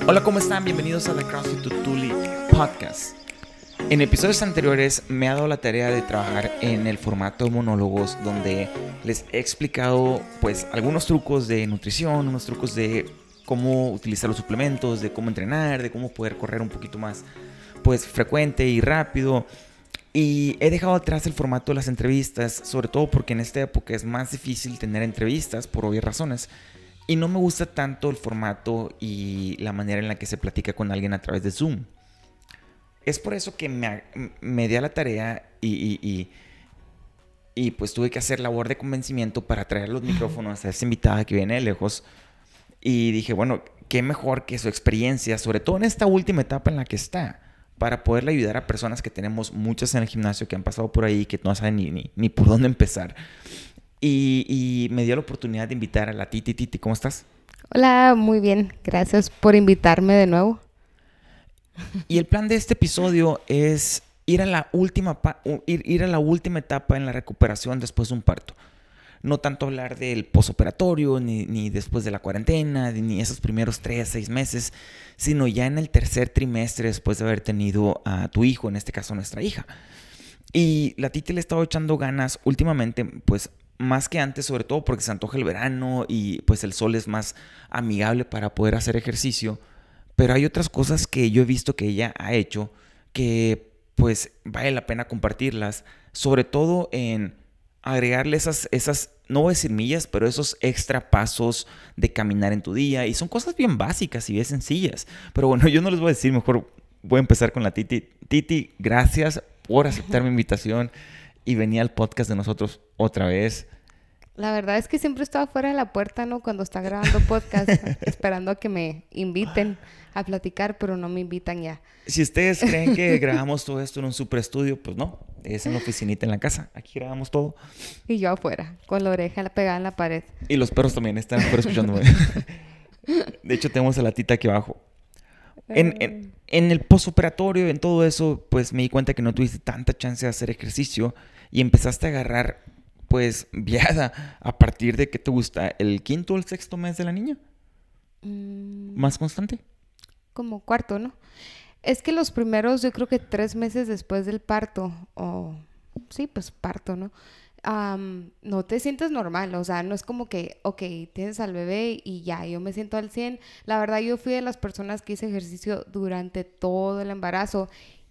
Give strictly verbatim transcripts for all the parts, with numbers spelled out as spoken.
Hola, ¿cómo están? Bienvenidos a The CrossFit Tutuli Podcast. En episodios anteriores me ha dado la tarea de trabajar en el formato de monólogos, donde les he explicado pues algunos trucos de nutrición, unos trucos de cómo utilizar los suplementos, de cómo entrenar, de cómo poder correr un poquito más pues frecuente y rápido. Y he dejado atrás el formato de las entrevistas, sobre todo porque en esta época es más difícil tener entrevistas por obvias razones. Y no me gusta tanto el formato y la manera en la que se platica con alguien a través de Zoom. Es por eso que me, me di a la tarea y, y, y, y pues tuve que hacer labor de convencimiento para traer los micrófonos a esa invitada que viene de lejos. Y dije, bueno, qué mejor que su experiencia, sobre todo en esta última etapa en la que está, para poderle ayudar a personas que tenemos muchas en el gimnasio que han pasado por ahí, que no saben ni, ni, ni por dónde empezar. Y, y me dio la oportunidad de invitar a la Titi. Titi, ¿cómo estás? Hola, muy bien. Gracias por invitarme de nuevo. Y el plan de este episodio es ir a la última, pa- ir, ir a la última etapa en la recuperación después de un parto. No tanto hablar del posoperatorio, ni, ni después de la cuarentena, ni esos primeros tres, seis meses, sino ya en el tercer trimestre después de haber tenido a tu hijo, en este caso nuestra hija. Y la Titi le ha estado echando ganas últimamente, pues más que antes, sobre todo porque se antoja el verano y pues el sol es más amigable para poder hacer ejercicio. Pero hay otras cosas que yo he visto que ella ha hecho que pues vale la pena compartirlas, sobre todo en agregarle esas, esas, no voy a decir millas, pero esos extra pasos de caminar en tu día. Y son cosas bien básicas y bien sencillas. Pero bueno, yo no les voy a decir, mejor voy a empezar con la Titi. Titi, gracias por aceptar mi invitación y venir al podcast de nosotros otra vez. La verdad es que siempre estaba fuera de la puerta, ¿no? Cuando está grabando podcast, esperando a que me inviten a platicar, pero no me invitan ya. Si ustedes creen que grabamos todo esto en un super estudio, pues no, es en la oficinita en la casa. Aquí grabamos todo. Y yo afuera, con la oreja pegada en la pared. Y los perros también están afuera escuchándome. De hecho, tenemos a la Tita aquí abajo. En, en, en el postoperatorio, en todo eso, pues me di cuenta que no tuviste tanta chance de hacer ejercicio y empezaste a agarrar, pues, viada a partir de, ¿qué te gusta? ¿El quinto o el sexto mes de la niña? Mm, ¿Más constante? Como cuarto, ¿no? Es que los primeros, yo creo que tres meses después del parto, o sí, pues parto, ¿no? Um, no te sientes normal, o sea, no es como que, ok, tienes al bebé y ya, yo me siento al cien. La verdad, yo fui de las personas que hice ejercicio durante todo el embarazo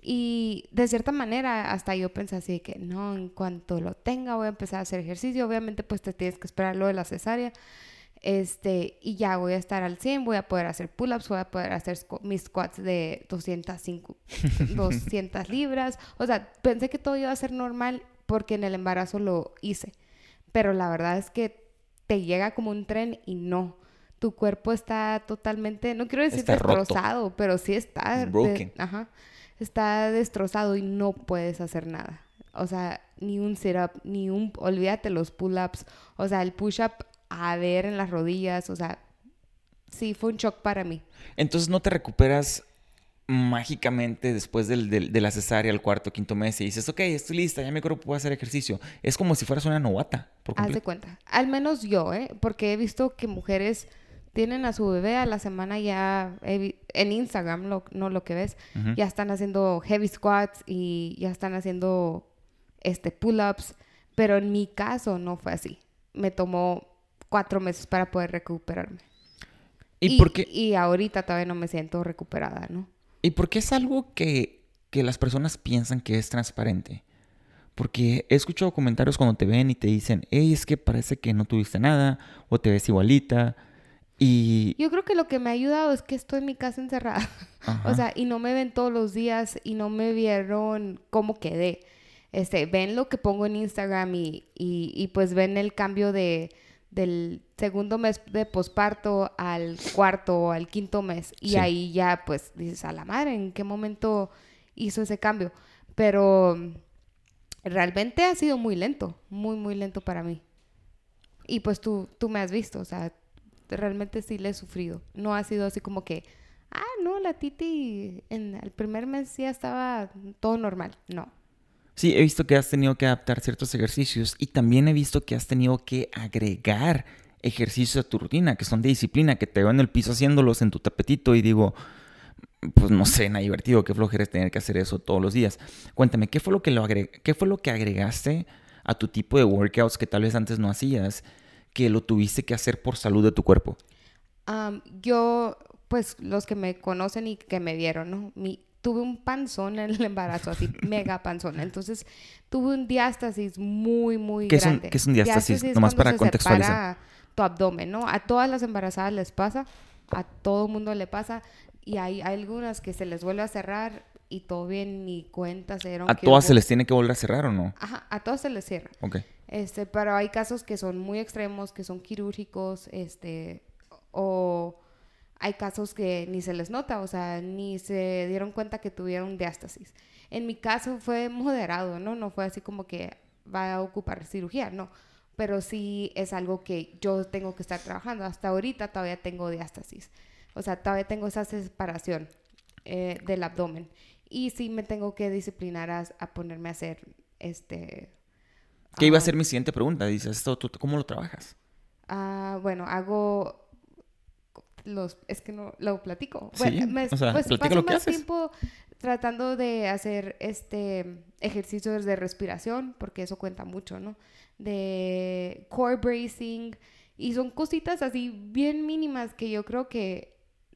y de cierta manera hasta yo pensé así que no, en cuanto lo tenga voy a empezar a hacer ejercicio. Obviamente pues te tienes que esperar lo de la cesárea. Este, y ya voy a estar al cien, voy a poder hacer pull-ups, voy a poder hacer squ- mis squats de doscientas cinco, doscientas libras. O sea, pensé que todo iba a ser normal porque en el embarazo lo hice. Pero la verdad es que te llega como un tren y no. Tu cuerpo está totalmente, no quiero decir Está roto. destrozado, pero sí está, Broken. de- ajá, está destrozado y no puedes hacer nada. O sea, ni un sit-up, ni un, olvídate los pull-ups, o sea, el push-up a ver en las rodillas, o sea, sí fue un shock para mí. Entonces no te recuperas mágicamente después del, del- de la cesárea al cuarto, quinto mes y dices, ok, estoy lista, ya mi cuerpo puede hacer ejercicio. Es como si fueras una novata, por Haz de completo. cuenta, al menos yo, ¿eh? Porque he visto que mujeres tienen a su bebé a la semana ya, he vi- en Instagram, lo- no lo que ves, Ujú. ya están haciendo heavy squats y ya están haciendo este, pull-ups, pero en mi caso no fue así. Me tomó cuatro meses para poder recuperarme. ¿Y, Y, por qué, y ahorita todavía no me siento recuperada, ¿no? ¿Y por qué es algo que, que las personas piensan que es transparente? Porque he escuchado comentarios cuando te ven y te dicen, hey, es que parece que no tuviste nada o te ves igualita. Y... Yo creo que lo que me ha ayudado es que estoy en mi casa encerrada. Ajá. O sea, y no me ven todos los días y no me vieron cómo quedé. Este, ven lo que pongo en Instagram y, y, y pues ven el cambio de, del segundo mes de posparto al cuarto o al quinto mes. Y Sí. ahí ya pues dices, a la madre, ¿en qué momento hizo ese cambio? Pero mm, realmente ha sido muy lento, muy, muy lento para mí. Y pues tú, tú me has visto, o sea, realmente sí le he sufrido. No ha sido así como que, ah, no, la Titi en el primer mes ya estaba todo normal. No. Sí, he visto que has tenido que adaptar ciertos ejercicios y también he visto que has tenido que agregar ejercicios a tu rutina que son de disciplina, que te veo en el piso haciéndolos en tu tapetito y digo, pues no sé, nada divertido, qué flojera es tener que hacer eso todos los días. Cuéntame, ¿qué fue lo que, lo agre- qué fue lo que agregaste a tu tipo de workouts que tal vez antes no hacías, que lo tuviste que hacer por salud de tu cuerpo? Um, yo, pues los que me conocen y que me vieron, ¿no? Mi, tuve un panzón en el embarazo, así mega panzón. Entonces tuve un diástasis muy, muy ¿Qué es un, grande. qué es un diástasis? Diástasis es Nomás cuando para se contextualizar. separa tu abdomen, ¿no? A todas las embarazadas les pasa, a todo mundo le pasa. Y hay, hay algunas que se les vuelve a cerrar y todo bien, ni cuenta se dieron ¿A que todas se hubo- les tiene que volver a cerrar o no? Ajá, a todas se les cierra. Ok. Este, pero hay casos que son muy extremos, que son quirúrgicos, este, o hay casos que ni se les nota, o sea, ni se dieron cuenta que tuvieron diástasis. En mi caso fue moderado, ¿no? No fue así como que va a ocupar cirugía, no. Pero sí es algo que yo tengo que estar trabajando. Hasta ahorita todavía tengo diástasis. O sea, todavía tengo esa separación eh, del abdomen. Y sí me tengo que disciplinar a, a ponerme a hacer este... ¿Qué iba a ah, ser mi siguiente pregunta? Dices, esto, ¿tú, ¿cómo lo trabajas? ah, bueno, hago los, es que no lo platico. Sí, Bueno, me, o sea, pues platica paso lo que más haces. tiempo tratando de hacer este ejercicios de respiración, porque eso cuenta mucho, ¿no? De core bracing, y son cositas así bien mínimas que yo creo que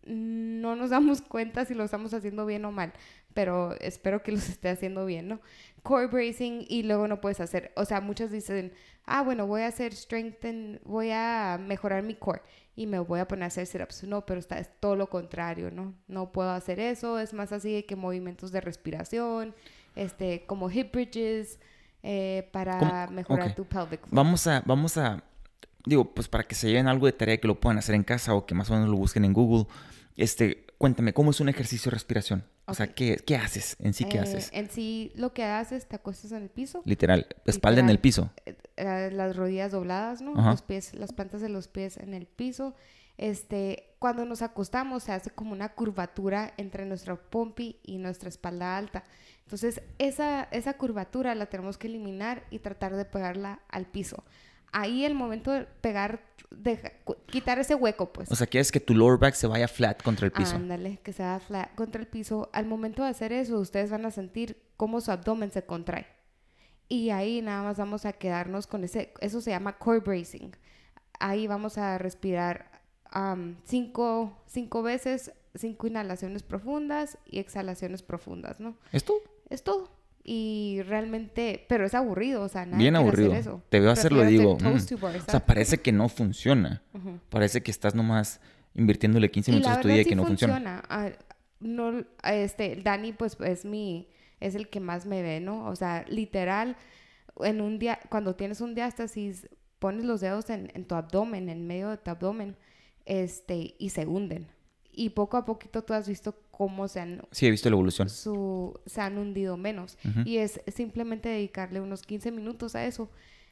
no nos damos cuenta si lo estamos haciendo bien o mal, pero espero que los esté haciendo bien, ¿no? Core bracing, y luego no puedes hacer, o sea, muchas dicen, ah, bueno, voy a hacer strengthen, voy a mejorar mi core y me voy a poner a hacer sit-ups. No, pero está, es todo lo contrario, ¿no? No puedo hacer eso, es más así de que movimientos de respiración, este, como hip bridges, eh, para ¿Cómo? mejorar Ok. tu pelvic floor. Vamos a, vamos a, digo, pues para que se lleven algo de tarea que lo puedan hacer en casa o que más o menos lo busquen en Google. Este, cuéntame, ¿cómo es un ejercicio de respiración? O sea, Ok. ¿qué, qué haces? En sí, ¿qué Eh, haces? En sí, lo que haces, te acuestas en el piso, Literal, espalda en el literal, piso. eh, eh, las rodillas dobladas, ¿no? Ajá. Los pies, las plantas de los pies en el piso. Este, cuando nos acostamos se hace como una curvatura entre nuestra pompi y nuestra espalda alta. Entonces, esa, esa curvatura la tenemos que eliminar y tratar de pegarla al piso. Ahí el momento de pegar, de quitar ese hueco, pues. O sea, quieres que tu lower back se vaya flat contra el piso. Ándale, que sea flat contra el piso. Al momento de hacer eso, ustedes van a sentir cómo su abdomen se contrae. Y ahí nada más vamos a quedarnos con ese, eso se llama core bracing. Ahí vamos a respirar um, cinco, cinco veces, cinco inhalaciones profundas y exhalaciones profundas, ¿no? ¿Es todo? Es todo. Y realmente, pero es aburrido, o sea, nadie Bien quiere aburrido. hacer eso. Te veo hacerlo y Prefiero digo, hacer toes mm. to bar, O sea, ¿sabes? parece que no funciona. Ujú. Parece que estás nomás invirtiéndole quince Y minutos la de tu verdad día y sí que no funciona. funciona. Ah, no, este, Dani, pues, es mi, es el que más me ve, ¿no? O sea, literal, en un día, cuando tienes un diástasis, pones los dedos en, en tu abdomen, en medio de tu abdomen, este, y se hunden. Y poco a poquito tú has visto cómo se han, Sí, he visto la evolución. su, se han hundido menos. Ujú. Y es simplemente dedicarle unos quince minutos a eso,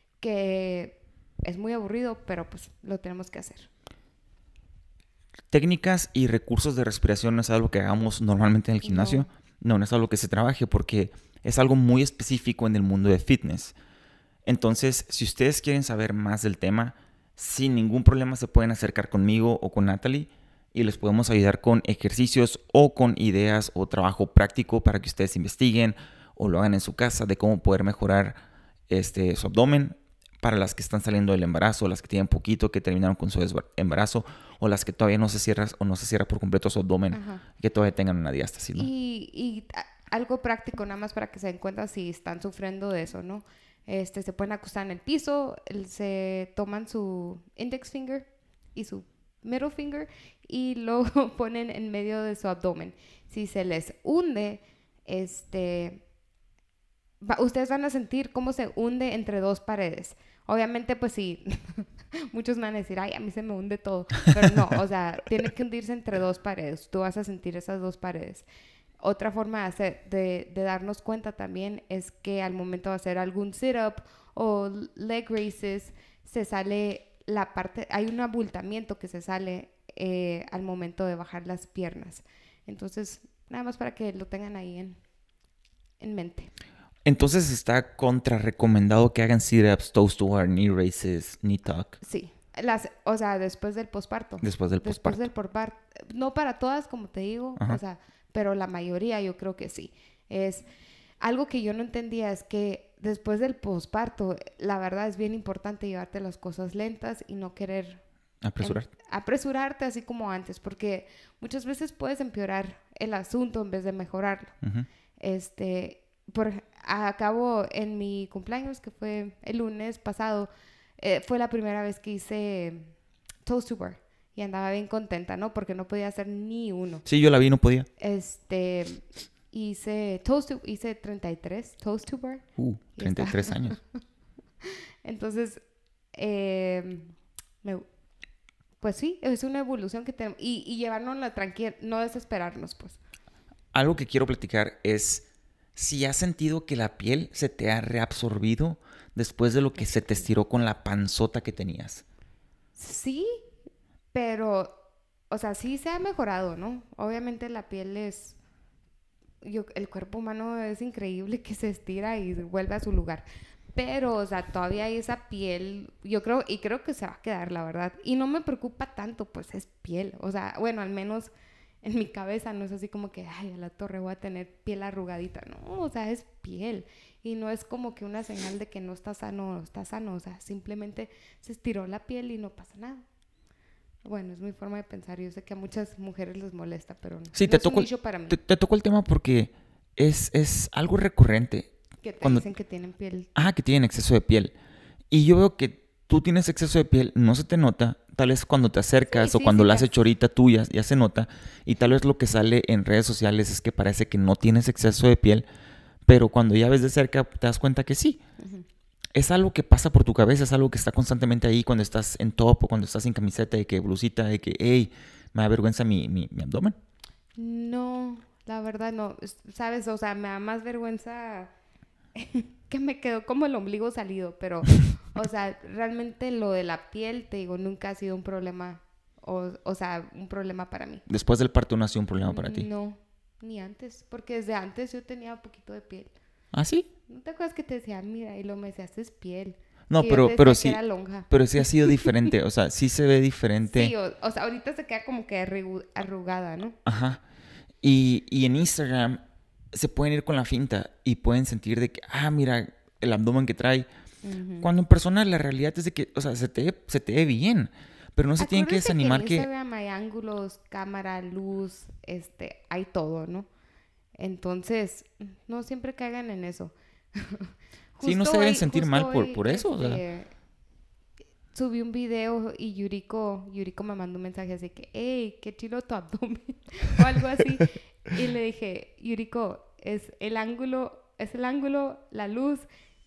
que es muy aburrido, pero pues lo tenemos que hacer. Técnicas y recursos de respiración no es algo que hagamos normalmente en el gimnasio. No, no es algo que se trabaje porque es algo muy específico en el mundo de fitness. Entonces, si ustedes quieren saber más del tema, sin ningún problema se pueden acercar conmigo o con Natalie y les podemos ayudar con ejercicios o con ideas o trabajo práctico para que ustedes investiguen o lo hagan en su casa de cómo poder mejorar este, su abdomen para las que están saliendo del embarazo, las que tienen poquito, que terminaron con su desba- embarazo o las que todavía no se cierran o no se cierra por completo su abdomen, Ajá. que todavía tengan una diástasis, ¿no? Y, y a- algo práctico nada más para que se den cuenta si están sufriendo de eso, ¿no? Este, se pueden acostar en el piso, el- se toman su index finger y su middle finger y lo ponen en medio de su abdomen. Si se les hunde, este, va- ustedes van a sentir cómo se hunde entre dos paredes. Obviamente, pues sí, muchos van a decir, ay, a mí se me hunde todo. Pero no, o sea, tiene que hundirse entre dos paredes. Tú vas a sentir esas dos paredes. Otra forma de, hacer, de, de darnos cuenta también es que al momento de hacer algún sit-up o leg raises, se sale la parte, hay un abultamiento que se sale eh, al momento de bajar las piernas. Entonces, nada más para que lo tengan ahí en, en mente. Entonces está contra recomendado que hagan sit-ups, toes to bar, knee raises, knee tuck. Sí, Las, o sea, después del posparto. Después del posparto. Después del posparto. No para todas, como te digo, Ajá. o sea, pero la mayoría yo creo que sí. Es algo que yo no entendía es que después del posparto, la verdad es bien importante llevarte las cosas lentas y no querer Apresurarte. En, apresurarte así como antes, porque muchas veces puedes empeorar el asunto en vez de mejorarlo. Uh-huh. Este, por acabo en mi cumpleaños, que fue el lunes pasado, eh, fue la primera vez que hice Toast to Bar y andaba bien contenta, ¿no? Porque no podía hacer ni uno. Sí, yo la vi, no podía. Este, hice Toast to, hice treinta y tres Toast to Bar. Uh, treinta y tres años. Entonces, eh, me... Pues sí, es una evolución que tenemos. Y, y llevarnos tranquila, no desesperarnos, pues. Algo que quiero platicar es si has sentido que la piel se te ha reabsorbido después de lo que se te estiró con la panzota que tenías. Sí, pero, o sea, sí se ha mejorado, ¿no? Obviamente la piel es... Yo, el cuerpo humano es increíble que se estira y vuelve a su lugar. Pero, o sea, todavía hay esa piel, yo creo, y creo que se va a quedar, la verdad. Y no me preocupa tanto, pues es piel. O sea, bueno, al menos en mi cabeza no es así como que, ay, a la torre voy a tener piel arrugadita. No, o sea, es piel. Y no es como que una señal de que no está sano o no está sano. O sea, simplemente se estiró la piel y no pasa nada. Bueno, es mi forma de pensar. Yo sé que a muchas mujeres les molesta, pero no, Sí, no te es tocó un el, nicho para mí. Te, te tocó el tema porque es, es algo recurrente. Que te Cuando... dicen que tienen piel. Ah, que tienen exceso de piel. Y yo veo que tú tienes exceso de piel, no se te nota. Tal vez cuando te acercas sí, o sí, cuando sí, la ya. has hecho ahorita tú ya, ya se nota. Y tal vez lo que sale en redes sociales es que parece que no tienes exceso de piel. Pero cuando ya ves de cerca te das cuenta que sí. Uh-huh. Es algo que pasa por tu cabeza, es algo que está constantemente ahí cuando estás en top o cuando estás sin camiseta y que blusita y que, hey, me da vergüenza mi, mi, mi abdomen. No, la verdad no. ¿Sabes? O sea, me da más vergüenza que me quedó como el ombligo salido, pero, o sea, realmente lo de la piel, te digo, nunca ha sido un problema, o, o sea, un problema para mí. Después del parto no ha sido un problema para ti. No, ni antes, porque desde antes yo tenía un poquito de piel. ¿Ah, sí? ¿No te acuerdas que te decía, mira, y lo me decías, es piel? No, que pero, pero sí, era lonja. pero sí ha sido diferente, o sea, sí se ve diferente. Sí, o, o sea, ahorita se queda como que arrugada, ¿no? Ajá. Y, y en Instagram se pueden ir con la finta y pueden sentir de que, ah, mira, el abdomen que trae. Uh-huh. Cuando en persona la realidad es de que, o sea, se te, se te ve bien, pero no se tienen que desanimar que... En Instagram que... hay ángulos, cámara, luz, este, hay todo, ¿no? Entonces, no siempre caigan en eso. Sí, no se deben hoy, sentir mal por, por eso. Este, o sea. Subí un video y Yuriko, Yuriko me mandó un mensaje así que, hey, qué chido tu abdomen, o algo así. Y le dije, Yuriko, es el ángulo, es el ángulo, la luz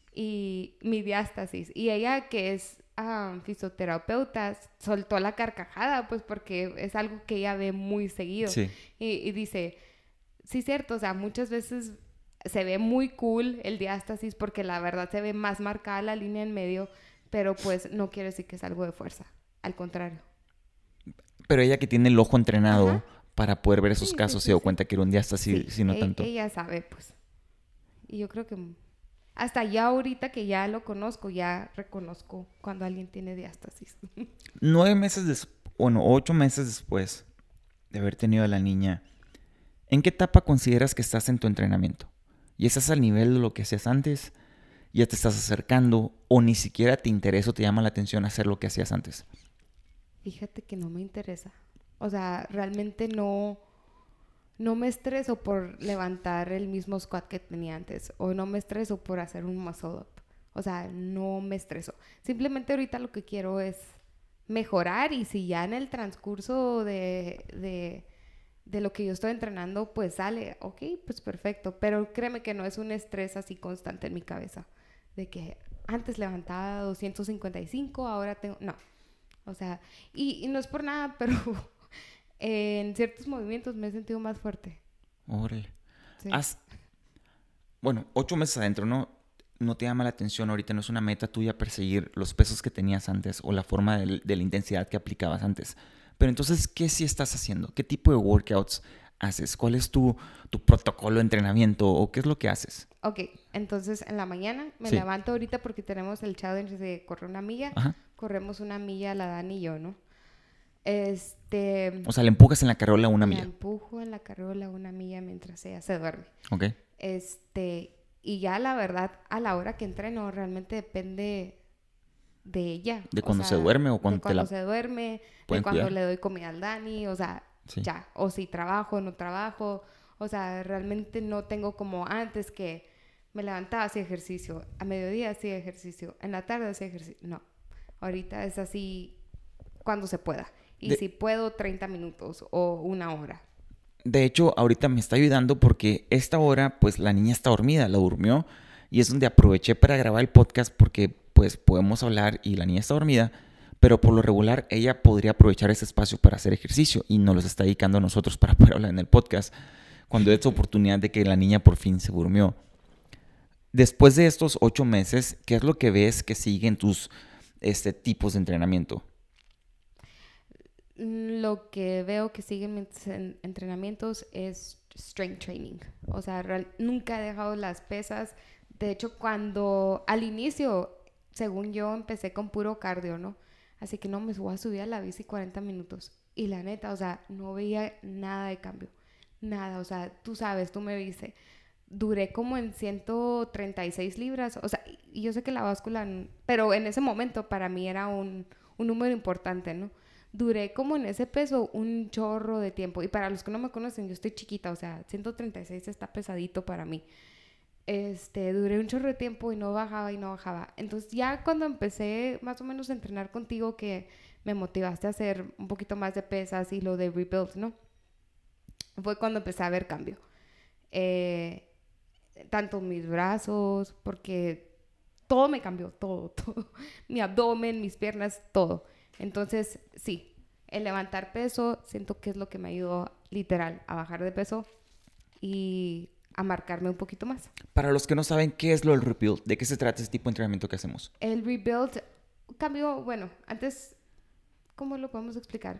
y mi diástasis. Y ella, que es um, fisioterapeuta, soltó la carcajada, pues porque es algo que ella ve muy seguido. Sí. Y, y dice, sí, cierto, o sea, muchas veces se ve muy cool el diástasis porque la verdad se ve más marcada la línea en medio, pero pues no quiere decir que es algo de fuerza, al contrario. Pero ella que tiene el ojo entrenado Ajá. para poder ver esos sí, casos sí, se dio sí, cuenta que era un diástasis, sí, si no ella, tanto. Ella sabe, pues. Y yo creo que hasta ya ahorita que ya lo conozco, ya reconozco cuando alguien tiene diástasis. Nueve meses después, bueno, ocho meses después de haber tenido a la niña, ¿en qué etapa consideras que estás en tu entrenamiento? ¿Y estás al nivel de lo que hacías antes? ¿Ya te estás acercando? ¿O ni siquiera te interesa o te llama la atención hacer lo que hacías antes? Fíjate que no me interesa. O sea, realmente no, no me estreso por levantar el mismo squat que tenía antes. O no me estreso por hacer un muscle up. O sea, no me estreso. Simplemente ahorita lo que quiero es mejorar. Y si ya en el transcurso de... de de lo que yo estoy entrenando, pues sale, ok, pues perfecto. Pero créeme que no es un estrés así constante en mi cabeza. De que antes levantaba doscientos cincuenta y cinco, ahora tengo... No. O sea, y, y no es por nada, pero en ciertos movimientos me he sentido más fuerte. Órale. Sí. Has... Bueno, ocho meses adentro, ¿no? No te llama la atención ahorita, no es una meta tuya perseguir los pesos que tenías antes o la forma de, de la intensidad que aplicabas antes. Pero entonces, ¿qué sí estás haciendo? ¿Qué tipo de workouts haces? ¿Cuál es tu, tu protocolo de entrenamiento o qué es lo que haces? Ok, entonces en la mañana me sí. levanto ahorita porque tenemos el challenge de correr una milla. Ajá. corremos una milla la Dani y yo, ¿no? Este... O sea, le empujas en la carriola una la milla. empujo en la carriola una milla mientras ella se duerme. Ok. Este... Y ya la verdad, a la hora que entreno, realmente depende de ella. ¿De o cuando sea, se duerme o cuando de te cuando la se duerme, de pueden cuando cuidar? le doy comida al Dani, o sea, Sí. ya. O si trabajo o no trabajo. O sea, realmente no tengo como antes que me levantaba, hacía ejercicio. A mediodía hacía ejercicio. En la tarde hacía ejercicio. No. Ahorita es así cuando se pueda. Y De- si puedo, treinta minutos o una hora. De hecho, ahorita me está ayudando porque esta hora, pues la niña está dormida, la durmió. Y es donde aproveché para grabar el podcast porque, pues, podemos hablar y la niña está dormida. Pero por lo regular, ella podría aprovechar ese espacio para hacer ejercicio y nos los está dedicando a nosotros para poder hablar en el podcast. Cuando es oportunidad de que la niña por fin se durmió. Después de estos ocho meses, ¿qué es lo que ves que siguen tus este, tipos de entrenamiento? Lo que veo que siguen mis en- entrenamientos es strength training. O sea, real- nunca he dejado las pesas. De hecho, cuando al inicio, según yo, empecé con puro cardio, ¿no? Así que no me voy a subir a la bici cuarenta minutos. Y la neta, o sea, no veía nada de cambio. Nada, o sea, tú sabes, tú me viste. Duré como en ciento treinta y seis libras. O sea, y yo sé que la báscula, n- pero en ese momento para mí era un, un número importante, ¿no? Duré como en ese peso un chorro de tiempo. Y para los que no me conocen, yo estoy chiquita, o sea, ciento treinta y seis está pesadito para mí. Este, duré un chorro de tiempo y no bajaba y no bajaba. Entonces ya cuando empecé más o menos a entrenar contigo, que me motivaste a hacer un poquito más de pesas y lo de rebuild, ¿no? Fue cuando empecé a ver cambio. Eh, tanto mis brazos, porque todo me cambió, todo, todo. Mi abdomen, mis piernas, todo. Entonces, sí, el levantar peso siento que es lo que me ayudó literal a bajar de peso y a marcarme un poquito más. Para los que no saben qué es lo del rebuild, ¿de qué se trata ese tipo de entrenamiento que hacemos? El rebuild cambió, bueno, antes, ¿cómo lo podemos explicar?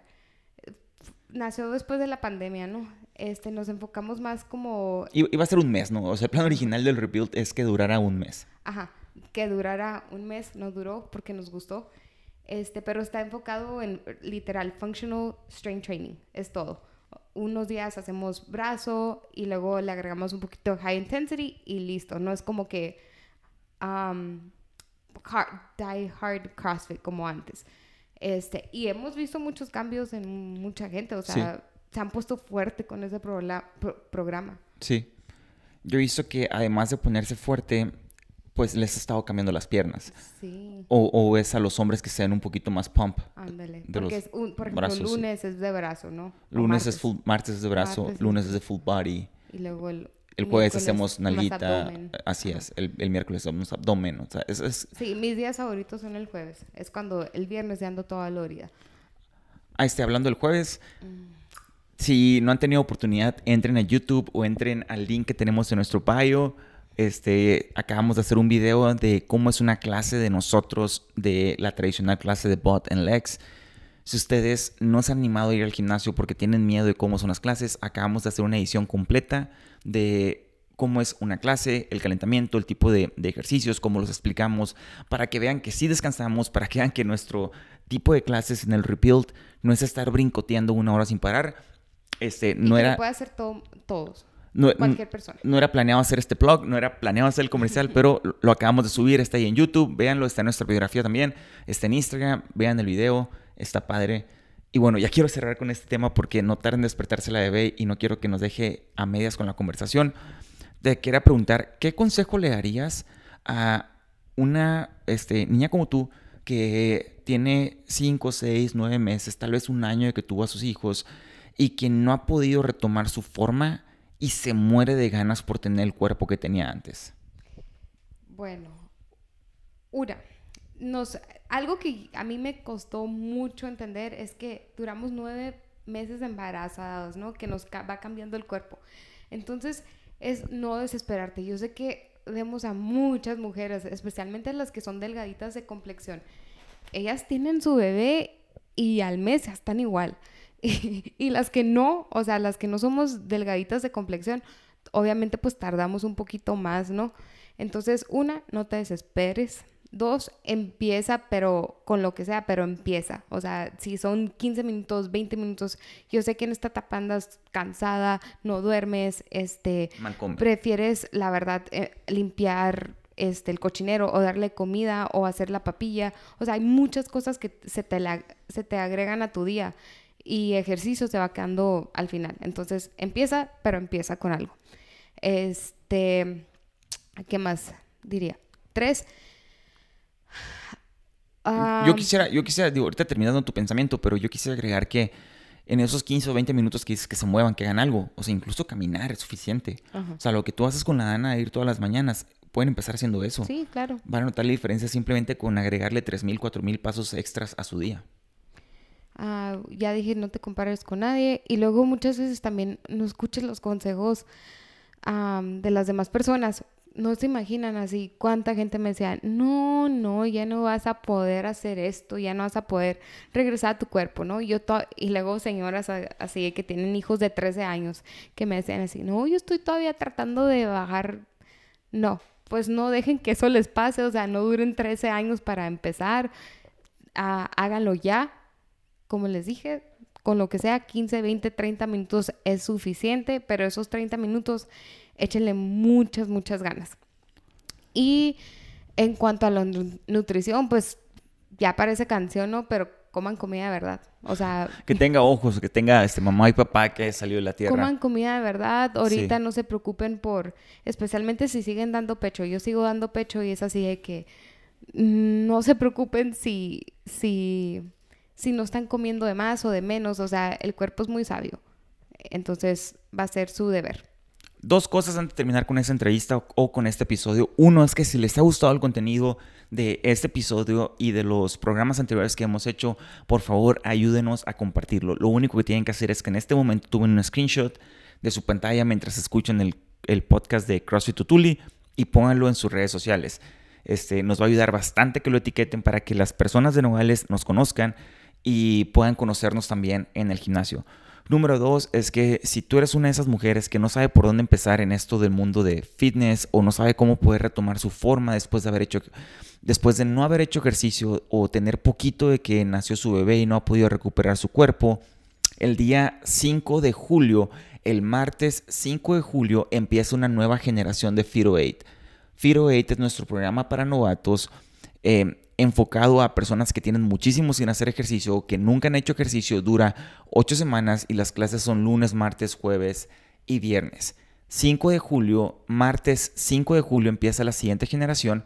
Nació después de la pandemia, ¿no? Este, nos enfocamos más como, I- Iba a ser un mes, ¿no? O sea, el plan original del rebuild es que durara un mes. ajá, que durara un mes, no duró porque nos gustó. Este, pero está enfocado en literal functional strength training, es todo. Unos días hacemos brazo y luego le agregamos un poquito de high intensity y listo. No es como que um, hard, die hard CrossFit como antes. Este, y hemos visto muchos cambios en mucha gente, o sea, Sí. se han puesto fuerte con ese prola- pro- programa. Sí. Yo he visto que además de ponerse fuerte, pues les ha estado cambiando las piernas. Sí, O, o ves a los hombres que se ven un poquito más pump. ándale. De Porque los es un, por ejemplo, brazos, sí. lunes es de brazo, ¿no? O Lunes martes. es full, martes es de brazo, Martes es lunes de- es de full body. Y luego el, El jueves miércoles hacemos más nalguita, abdomen. así Ajá. es. El, el miércoles hacemos abdomen. O sea, es, es- Sí, mis días favoritos son el jueves. Es cuando el viernes ya ando toda dolorida. Ah, este, hablando del jueves, si no han tenido oportunidad, entren a YouTube o entren al link que tenemos en nuestro bio. Este, acabamos de hacer un video de cómo es una clase de nosotros, de la tradicional clase de Butt and Legs. Si ustedes no se han animado a ir al gimnasio porque tienen miedo de cómo son las clases, acabamos de hacer una edición completa de cómo es una clase, el calentamiento, el tipo de, de ejercicios, cómo los explicamos, para que vean que sí descansamos, para que vean que nuestro tipo de clases en el rebuild no es estar brincoteando una hora sin parar. Este, Y no que era... lo puede hacer to- todos. No, Cualquier persona. no era planeado hacer este blog, no era planeado hacer el comercial, pero lo- lo acabamos de subir, está ahí en YouTube, véanlo, está en nuestra biografía también, está en Instagram, vean el video, está padre. Y bueno, ya quiero cerrar con este tema porque no tarda en despertarse la bebé y no quiero que nos deje a medias con la conversación. Te quería preguntar, ¿qué consejo le darías a una este, niña como tú que tiene cinco, seis, nueve meses, tal vez un año de que tuvo a sus hijos y que no ha podido retomar su forma y se muere de ganas por tener el cuerpo que tenía antes? Bueno, una, nos, algo que a mí me costó mucho entender es que duramos nueve meses embarazados, ¿no? Que nos ca- va cambiando el cuerpo. Entonces, es no desesperarte. Yo sé que vemos a muchas mujeres, especialmente las que son delgaditas de complexión. Ellas tienen su bebé y al mes ya están igual. Y, y las que no, o sea, las que no somos delgaditas de complexión, obviamente pues tardamos un poquito más, ¿no? Entonces, una, no te desesperes. Dos, empieza, pero con lo que sea, pero empieza. O sea, si son quince minutos, veinte minutos, yo sé que en esta etapa andas cansada, no duermes, este, Malcomer. prefieres, la verdad, eh, limpiar este, el cochinero o darle comida o hacer la papilla. O sea, hay muchas cosas que se te, la, se te agregan a tu día y ejercicio se va quedando al final. Entonces, empieza, pero empieza con algo. Este, ¿qué más diría? Tres, Yo quisiera, yo quisiera, digo, ahorita terminando tu pensamiento, pero yo quisiera agregar que en esos quince o veinte minutos que dices que se muevan, que hagan algo, o sea, incluso caminar es suficiente. Ajá. O sea, lo que tú haces con la Ana de ir todas las mañanas, pueden empezar haciendo eso. Sí, claro. Van a notar la diferencia simplemente con agregarle tres mil, cuatro mil pasos extras a su día. Uh, ya dije, no te compares con nadie. Y luego muchas veces también no escuches los consejos um, de las demás personas. No se imaginan así cuánta gente me decía, no, no, ya no vas a poder hacer esto, ya no vas a poder regresar a tu cuerpo, ¿no? Y, yo to- y luego señoras así que tienen hijos de trece años que me decían así, no, yo estoy todavía tratando de bajar. No, pues no dejen que eso les pase, o sea, no duren trece años para empezar. Uh, háganlo ya. Como les dije, con lo que sea, quince, veinte, treinta minutos es suficiente, pero esos treinta minutos échenle muchas, muchas ganas. Y en cuanto a la nu- nutrición, pues ya parece canción, ¿no? Pero coman comida de verdad. O sea... Que tenga ojos, que tenga este mamá y papá que salió de la tierra. Coman comida de verdad. Ahorita Sí. no se preocupen por... Especialmente si siguen dando pecho. Yo sigo dando pecho y es así de que... No se preocupen si... si si no están comiendo de más o de menos, o sea, el cuerpo es muy sabio. Entonces, va a ser su deber. Dos cosas antes de terminar con esta entrevista o, o con este episodio. Uno es que si les ha gustado el contenido de este episodio y de los programas anteriores que hemos hecho, por favor, ayúdenos a compartirlo. Lo único que tienen que hacer es que en este momento tomen un screenshot de su pantalla mientras escuchan el, el podcast de CrossFit Tutuli y pónganlo en sus redes sociales. Este, nos va a ayudar bastante que lo etiqueten para que las personas de Nogales nos conozcan y puedan conocernos también en el gimnasio. Número dos es que si tú eres una de esas mujeres que no sabe por dónde empezar en esto del mundo de fitness o no sabe cómo poder retomar su forma después de haber hecho, después de no haber hecho ejercicio o tener poquito de que nació su bebé y no ha podido recuperar su cuerpo, el día cinco de julio, el martes cinco de julio, empieza una nueva generación de Fit oh ocho. Fit oh ocho es nuestro programa para novatos eh, enfocado a personas que tienen muchísimo sin hacer ejercicio, que nunca han hecho ejercicio. Dura ocho semanas y las clases son lunes, martes, jueves y viernes. cinco de julio, martes cinco de julio empieza la siguiente generación.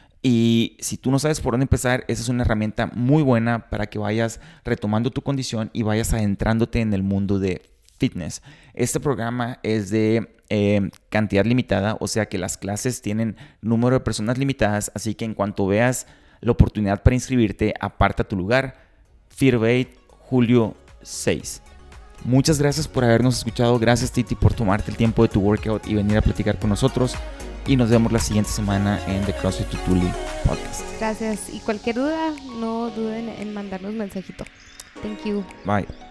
Y si tú no sabes por dónde empezar, esa es una herramienta muy buena para que vayas retomando tu condición y vayas adentrándote en el mundo de fitness. Este programa es de eh, cantidad limitada, o sea que las clases tienen número de personas limitadas, así que en cuanto veas la oportunidad para inscribirte, aparta tu lugar. Fit oh ocho, julio seis. Muchas gracias por habernos escuchado. Gracias, Titi, por tomarte el tiempo de tu workout y venir a platicar con nosotros. Y nos vemos la siguiente semana en The CrossFit Tutuli Podcast. Gracias. Y cualquier duda, no duden en mandarnos mensajito. Thank you. Bye.